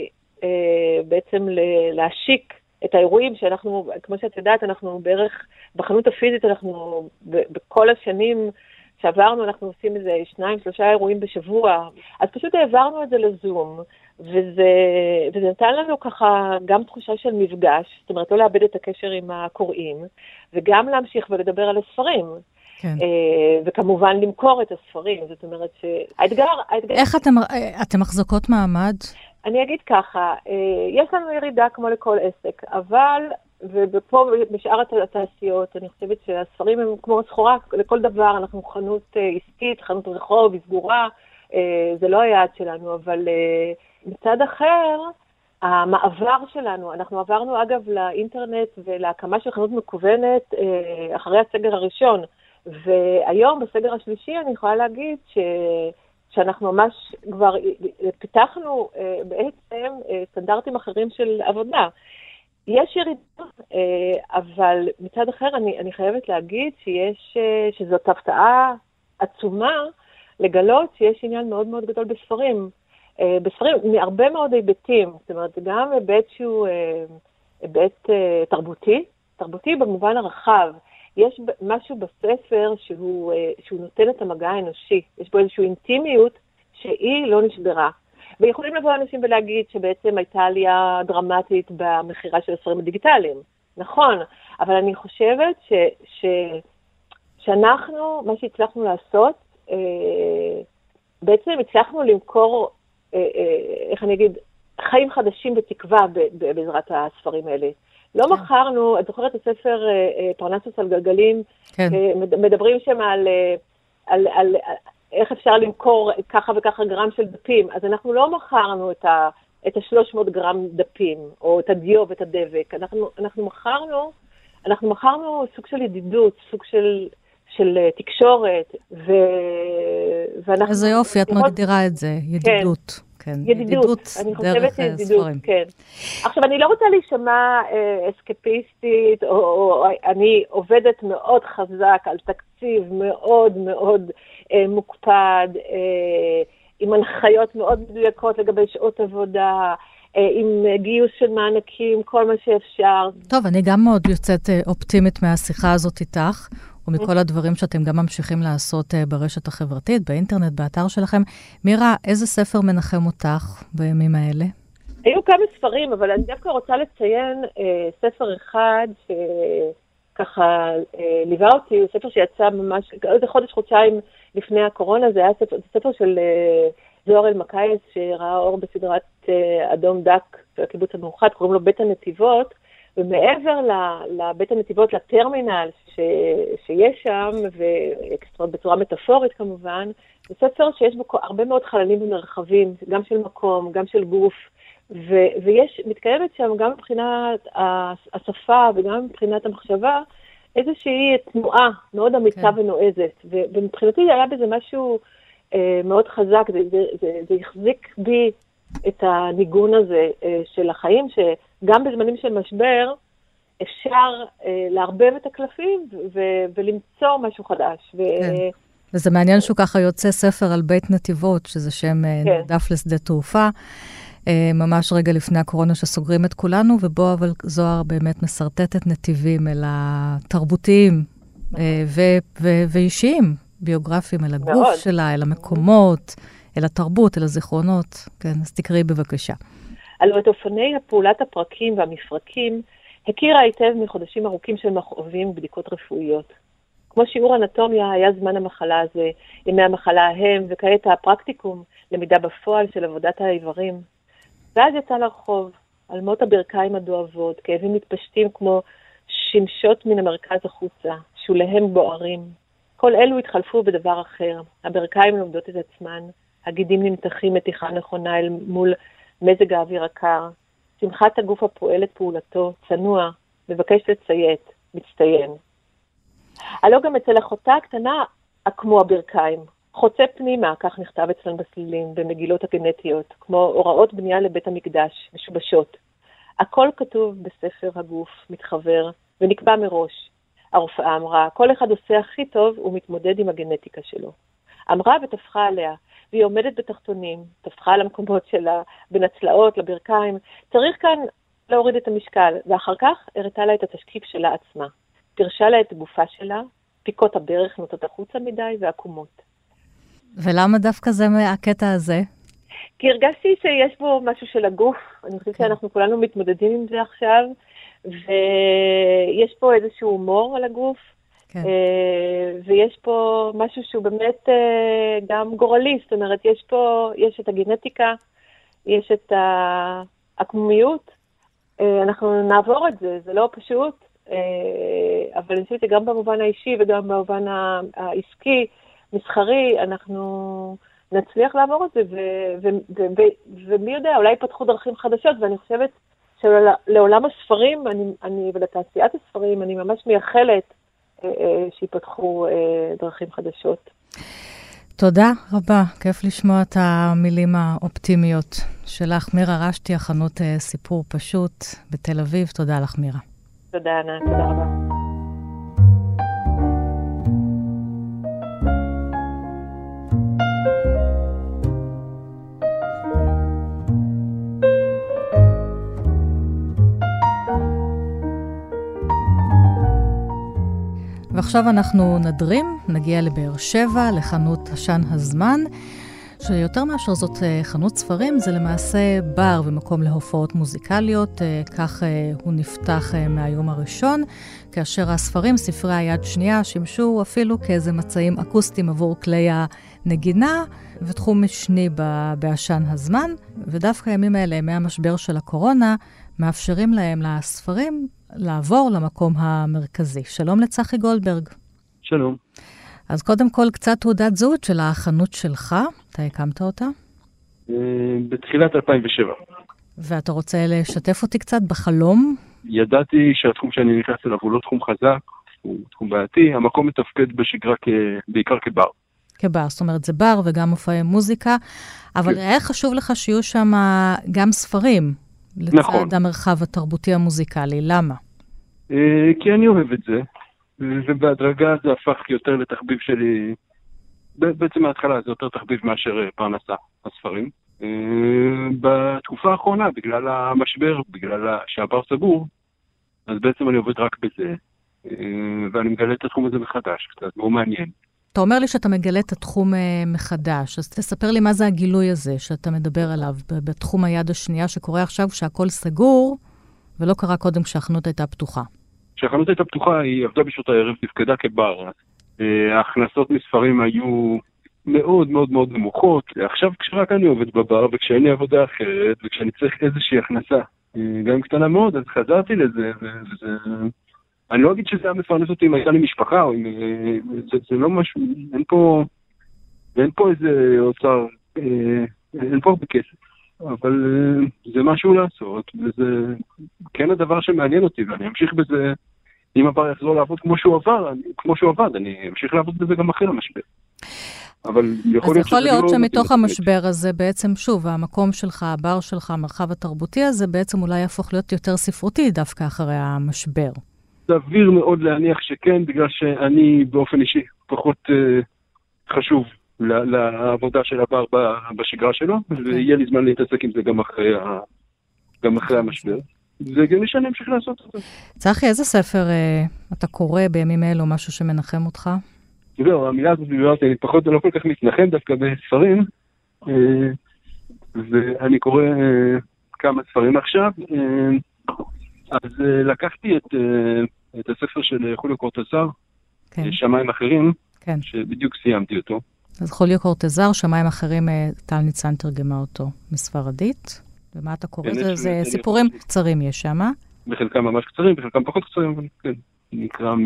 ובעצם להשיק את האירועים שאנחנו, כמו שאת יודעת, אנחנו בערך, בחנות הפיזית אנחנו בכל השנים שעברנו, אנחנו עושים איזה שניים, שלושה אירועים בשבוע, אז פשוט העברנו את זה לזום, וזה, וזה נתן לנו ככה גם תחושה של מפגש, זאת אומרת, לא לאבד את הקשר עם הקוראים, וגם להמשיך ולדבר על הספרים. כן. וכמובן למכור את הספרים, זאת אומרת שהאתגר... האתגר... איך אתם, אתם מחזקות מעמד? אני אגיד ככה, יש לנו ירידה כמו לכל עסק, אבל, ופה בשאר התעשיות, אני חושבת שהספרים הם כמו סחורה לכל דבר, אנחנו חנות עסקית, חנות רחוב, היא סגורה, זה לא היעד שלנו, אבל מצד אחר, המעבר שלנו, אנחנו עברנו אגב לאינטרנט ולהקמה של חנות מקוונת אחרי הסגר הראשון, והיום בסגר השלישי אני יכולה להגיד ש... שאנחנו ממש כבר פיתחנו בעצם סטנדרטים אחרים של עבודה. יש ירידה, אבל מצד אחר אני, אני חייבת להגיד שיש, שזאת הפתעה עצומה לגלות שיש עניין מאוד מאוד גדול בספרים. בספרים מהרבה מאוד היבטים, זאת אומרת, גם היבט שהוא היבט תרבותי, תרבותי במובן הרחב. יש משהו בספר שהוא, שהוא נותן את המגע האנושי. יש בו איזושהי אינטימיות שהיא לא נשברה. ויכולים לבוא אנשים ולהגיד שבעצם הייתה עלייה דרמטית במחירה של הספרים הדיגיטליים. נכון, אבל אני חושבת ש, ש, שאנחנו, מה שהצלחנו לעשות, אה, בעצם הצלחנו למכור, אה, אה, איך אני אגיד, חיים חדשים בתקווה ב, ב, בעזרת הספרים האלה. לא מכרנו, את זוכרת את הספר פרנסוס על גלגלים, מדברים שם על איך אפשר למכור ככה וככה גרם של דפים, אז אנחנו לא מכרנו את ה-שלוש מאות גרם דפים, או את הדיו ואת הדבק, אנחנו מכרנו, אנחנו מכרנו סוג של ידידות, סוג של תקשורת, ואנחנו... איזה יופי, את מגדירה את זה, ידידות. כן, ידידות, ידידות אני חושבת ידידות, כן. עכשיו, אני לא רוצה להישמע אה, אסקפיסטית, או, או אני עובדת מאוד חזק על תקציב מאוד מאוד אה, מוקפד, אה, עם הנחיות מאוד מדויקות לגבי שעות עבודה, אה, עם גיוס של מענקים, כל מה שאפשר. טוב, אני גם מאוד יוצאת אופטימית מהשיחה הזאת איתך, ומכל הדברים שאתם גם ממשיכים לעשות ברשת החברתית, באינטרנט, באתר שלכם. מירה, איזה ספר מנחם אותך בימים האלה? היו כמה ספרים, אבל אני דווקא רוצה לציין אה, ספר אחד שככה אה, ליווה אותי, הוא ספר שיצא ממש, איזה חודש, חודשיים לפני הקורונה, זה היה ספר, ספר של אה, זוהר אלמקייס, שראה אור בסדרת אה, אדום דק, הקיבוץ המאוחד, קוראים לו בית הנתיבות, ומעבר לבית הנתיבות, לטרמינל ש, שיש שם, ובצורה מטאפורית כמובן, זה ספר שיש בו הרבה מאוד חללים ומרחבים, גם של מקום, גם של גוף, ו, ויש, מתקיימת שם גם מבחינת השפה וגם מבחינת המחשבה, איזושהי תנועה מאוד אמיצה כן. ונועזת, ומבחינתי היה בזה משהו אה, מאוד חזק, זה, זה, זה, זה החזיק בי את הניגון הזה אה, של החיים, ש... גם בזמנים של משבר, אפשר אה, להרבב את הקלפים ו- ולמצוא משהו חדש. ו- כן. וזה מעניין שהוא ככה יוצא ספר על בית נתיבות, שזה שם כן. נרדף לשדה תעופה. ממש רגע לפני הקורונה שסוגרים את כולנו, ובו אבל זוהר באמת מסרטטת נתיבים אל התרבותיים ואישיים, ביוגרפיים, אל הגוף שלה, אל המקומות, אל התרבות, אל הזיכרונות. כן, אז תקראי בבקשה. הלוא את אופני פעולת הפרקים והמפרקים הכירה היטב מחודשים ארוכים של מכאובים ובדיקות רפואיות. כמו שיעור אנטומיה היה זמן המחלה הזה, ימי המחלה ההם, וכעת הפרקטיקום, למידה בפועל של עבודת העיוורים. ואז יצא לרחוב, על מות הברכיים הדואבות, כאבים מתפשטים כמו שמשות מן המרכז החוצה, שוליהם בוערים. כל אלו התחלפו בדבר אחר. הברכיים לומדות את עצמן, הגידים נמתחים מתיחה נכונה אל מול מזג האוויר הקר. שמחת הגוף הפועלת פעולתו, צנוע, מבקש לציית, מצטיין. הלא גם אצל אחותה הקטנה עקמו הברכיים. חוצה פנימה, כך נכתב אצלנו בסלילים, במגילות הגנטיות, כמו הוראות בנייה לבית המקדש, משובשות. הכל כתוב בספר הגוף, מתחבר, ונקבע מראש. הרופאה אמרה, כל אחד עושה הכי טוב ומתמודד עם הגנטיקה שלו. אמרה ותפחה עליה, והיא עומדת בתחתונים, תפחה על המקומות שלה, בין הצלעות, לברכיים. צריך כאן להוריד את המשקל, ואחר כך הראתה לה את התשקיף שלה עצמה. פרשה לה את גופה שלה, פיקות הברך נוטות החוצה מדי ועקומות. ולמה דווקא זה מהקטע הזה? כי הרגשתי שיש בו משהו של הגוף. אני חושבת כן. שאנחנו כולנו מתמודדים עם זה עכשיו, ויש פה איזשהו הומור על הגוף, כן. ויש פה משהו שהוא באמת גם גורלי. זאת אומרת, יש פה, יש את הגנטיקה, יש את העקמומיות. אנחנו נעבור את זה, זה לא פשוט, אבל אני חושבת שגם במובן האישי וגם במובן העסקי, מסחרי, אנחנו נצליח לעבור את זה, ו- ו- ו- ו- ומי יודע, אולי יפתחו דרכים חדשות, ואני חושבת שלעולם הספרים, אני, אני, ולתעשיית הספרים, אני ממש מייחלת אה, אה, שיפתחו אה, דרכים חדשות. תודה רבה, כיף לשמוע את המילים האופטימיות שלך. מירה רשתי, החנות אה, סיפור פשוט בתל אביב. תודה לך, מירה. תודה, ענת, תודה רבה. ועכשיו אנחנו נדרים, נגיע לבאר שבע, לחנות עשן הזמן, שיותר מאשר זאת חנות ספרים, זה למעשה בר ומקום להופעות מוזיקליות, כך הוא נפתח מהיום הראשון, כאשר הספרים, ספרי היד שנייה, שימשו אפילו כאיזה מצעים אקוסטיים עבור כלי הנגינה, ותחום משני בעשן הזמן, ודווקא הימים האלה, ימי המשבר של הקורונה, מאפשרים להם, לספרים, לעבור למקום המרכזי. שלום לצחי גולדברג. שלום. אז קודם כל, קצת תעודת זהות של החנות שלך. אתה הקמת אותה? בתחילת אלפיים ושבע. ואתה רוצה לשתף אותי קצת בחלום? ידעתי שהתחום שאני נכנס אליו הוא לא תחום חזק, הוא תחום בעייתי. המקום מתפקד בשגרה כ... בעיקר כבר. כבר, זאת אומרת, זה בר וגם מופעי מוזיקה, אבל היה חשוב לך שיהיו שם גם ספרים. לצד נכון. המרחב התרבותי המוזיקלי. למה? כי אני אוהב את זה, ובהדרגה זה הפך יותר לתחביב שלי, בעצם מההתחלה זה יותר תחביב מאשר פרנסה, הספרים. בתקופה האחרונה, בגלל המשבר, בגלל שהבר סגור, אז בעצם אני עובד רק בזה, ואני מגלה את התחום הזה מחדש, קצת מאוד מעניין. אתה אומר לי שאתה מגלה את התחום מחדש, אז תספר לי מה זה הגילוי הזה שאתה מדבר עליו בתחום היד השנייה שקורה עכשיו כשהכל סגור, ולא קרה קודם כשהחנות הייתה פתוחה. כשהחנות הייתה פתוחה היא עבדה בשעות הערב, תפקדה כבר. ההכנסות מספרים היו מאוד מאוד מאוד נמוכות. עכשיו כשרק אני עובד בבר וכשאין לי עבודה אחרת וכשאני צריך איזושהי הכנסה, גם קטנה מאוד, אז חזרתי לזה וזה... אני לא אגיד שזה היה מפרנס אותי אם הייתה לי משפחה, או אם, זה, זה לא משהו, אין פה, אין פה איזה אוצר, אין פה הרבה כסף, אבל זה משהו לעשות, וזה כן הדבר שמעניין אותי, ואני אמשיך בזה, אם הבר יחזור לעבוד כמו שהוא עבר, אני, כמו שהוא עבד, אני אמשיך לעבוד בזה גם אחרי המשבר. אבל יכול אז יכול להיות שמתוך המשבר הזה בעצם, שוב, המקום שלך, הבר שלך, המרחב התרבותי הזה, בעצם אולי יהפוך להיות יותר ספרותי דווקא אחרי המשבר. סביר מאוד להניח שכן, בגלל שאני באופן אישי פחות אה, חשוב לעבודה של הבר בשגרה שלו, ויהיה לי זמן להתעסק עם זה גם אחרי, ה, גם אחרי המשבר. זה גם שאני אמשיך לעשות את זה. צחי, איזה ספר אה, אתה קורא בימים אלו, משהו שמנחם אותך? זהו, המילה הזאת דיברתי, אני פחות לא כל כך מתנחם דווקא בספרים, אה, ואני קורא אה, כמה ספרים עכשיו, אה, אז אה, לקחתי את, אה, את הספר של חוליו קורטזר, כן. שמיים אחרים, כן. שבדיוק סיימתי אותו. אז חוליו קורטזר, שמיים אחרים, טל ניצן תרגמה אותו מספרדית. ומה אתה קורא? זה, זה סיפורים קצרים יש שם. בחלקם ממש קצרים, בחלקם פחות קצרים, אבל כן. נקרא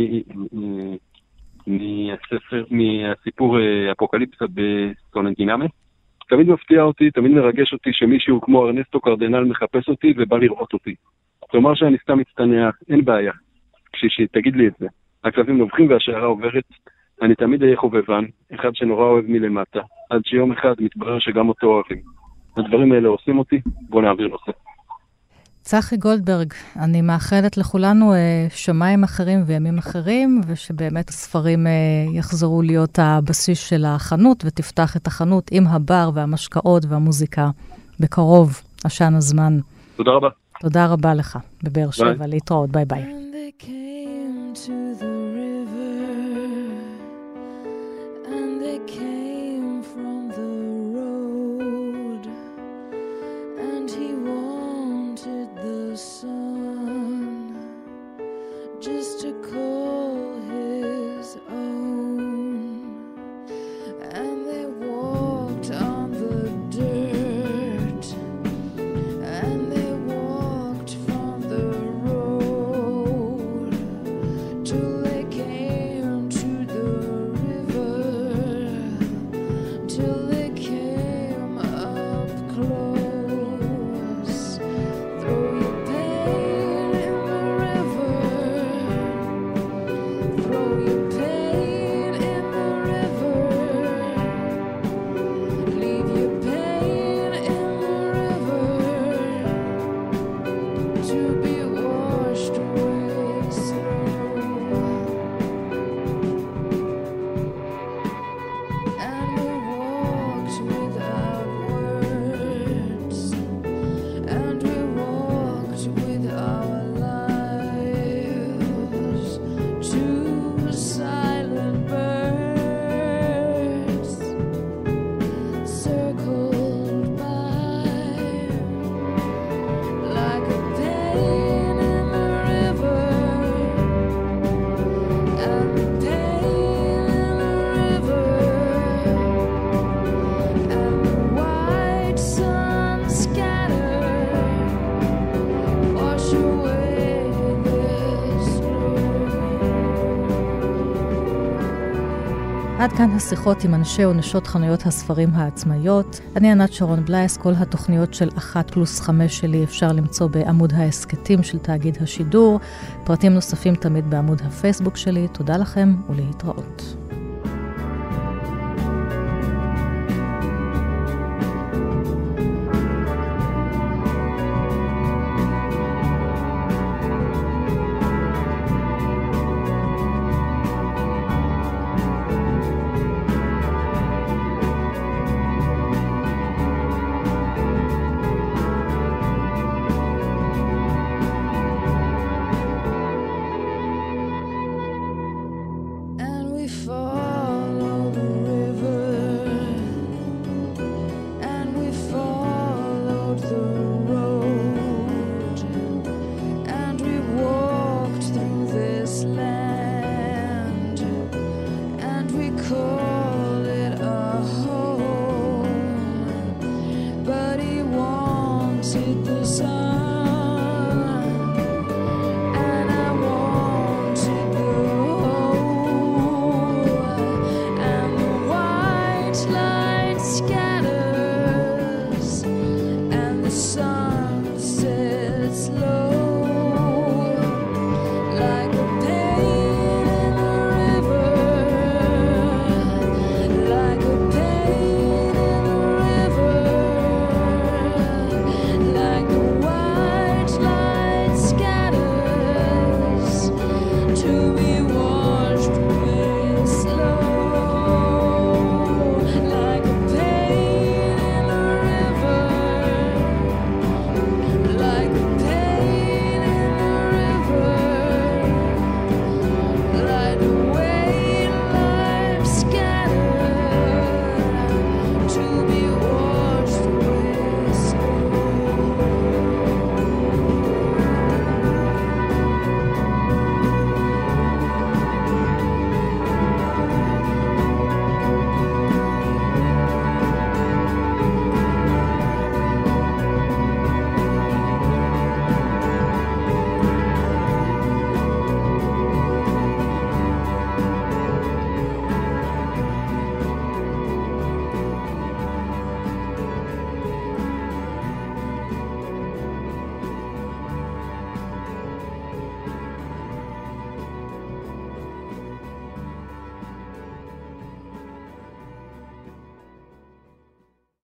מהספר, מהסיפור אפוקליפסה בסוננטינאמה. תמיד מפתיע אותי, תמיד מרגש אותי שמישהו כמו ארנסטו קרדינל מחפש אותי ובא לראות אותי. כלומר שאני סתם מצטנע, אין בעיה. כשתגיד לי את זה. הכלבים נובחים והשערה עוברת, אני תמיד אהיה חובבן, אחד שנורא אוהב מלמטה, עד שיום אחד מתברר שגם אותו אוהבים. הדברים האלה עושים אותי, בוא נעביר נושא. צחי גולדברג, אני מאחלת לכולנו אה, שמיים אחרים וימים אחרים, ושבאמת הספרים אה, יחזרו להיות הבסיס של החנות, ותפתח את החנות עם הבר והמשקאות והמוזיקה. בקרוב, עשן הזמן. תודה רבה. תודה רבה לך, בבאר שבע, להתראות, ביי ביי. To the river, and they came from the road, and he wanted the sun just to call his own, and they walked on the dirt, and they walked from the road till they came to the river, till they came up close. Throw your pain in the river, throw your pain in the river, leave your pain in the river to be washed away slow. And we walked without words, and we walked with our lives, two silent birds circled by, like a pain in the river, and the pain in the river, and the white sun scattered, wash away this עד כאן השיחות עם אנשי ונשות חנויות הספרים העצמאיות. אני ענת שרון בלייס, כל התוכניות של אחת פלוס חמש שלי אפשר למצוא בעמוד העסקתים של תאגיד השידור. פרטים נוספים תמיד בעמוד הפייסבוק שלי. תודה לכם ולהתראות.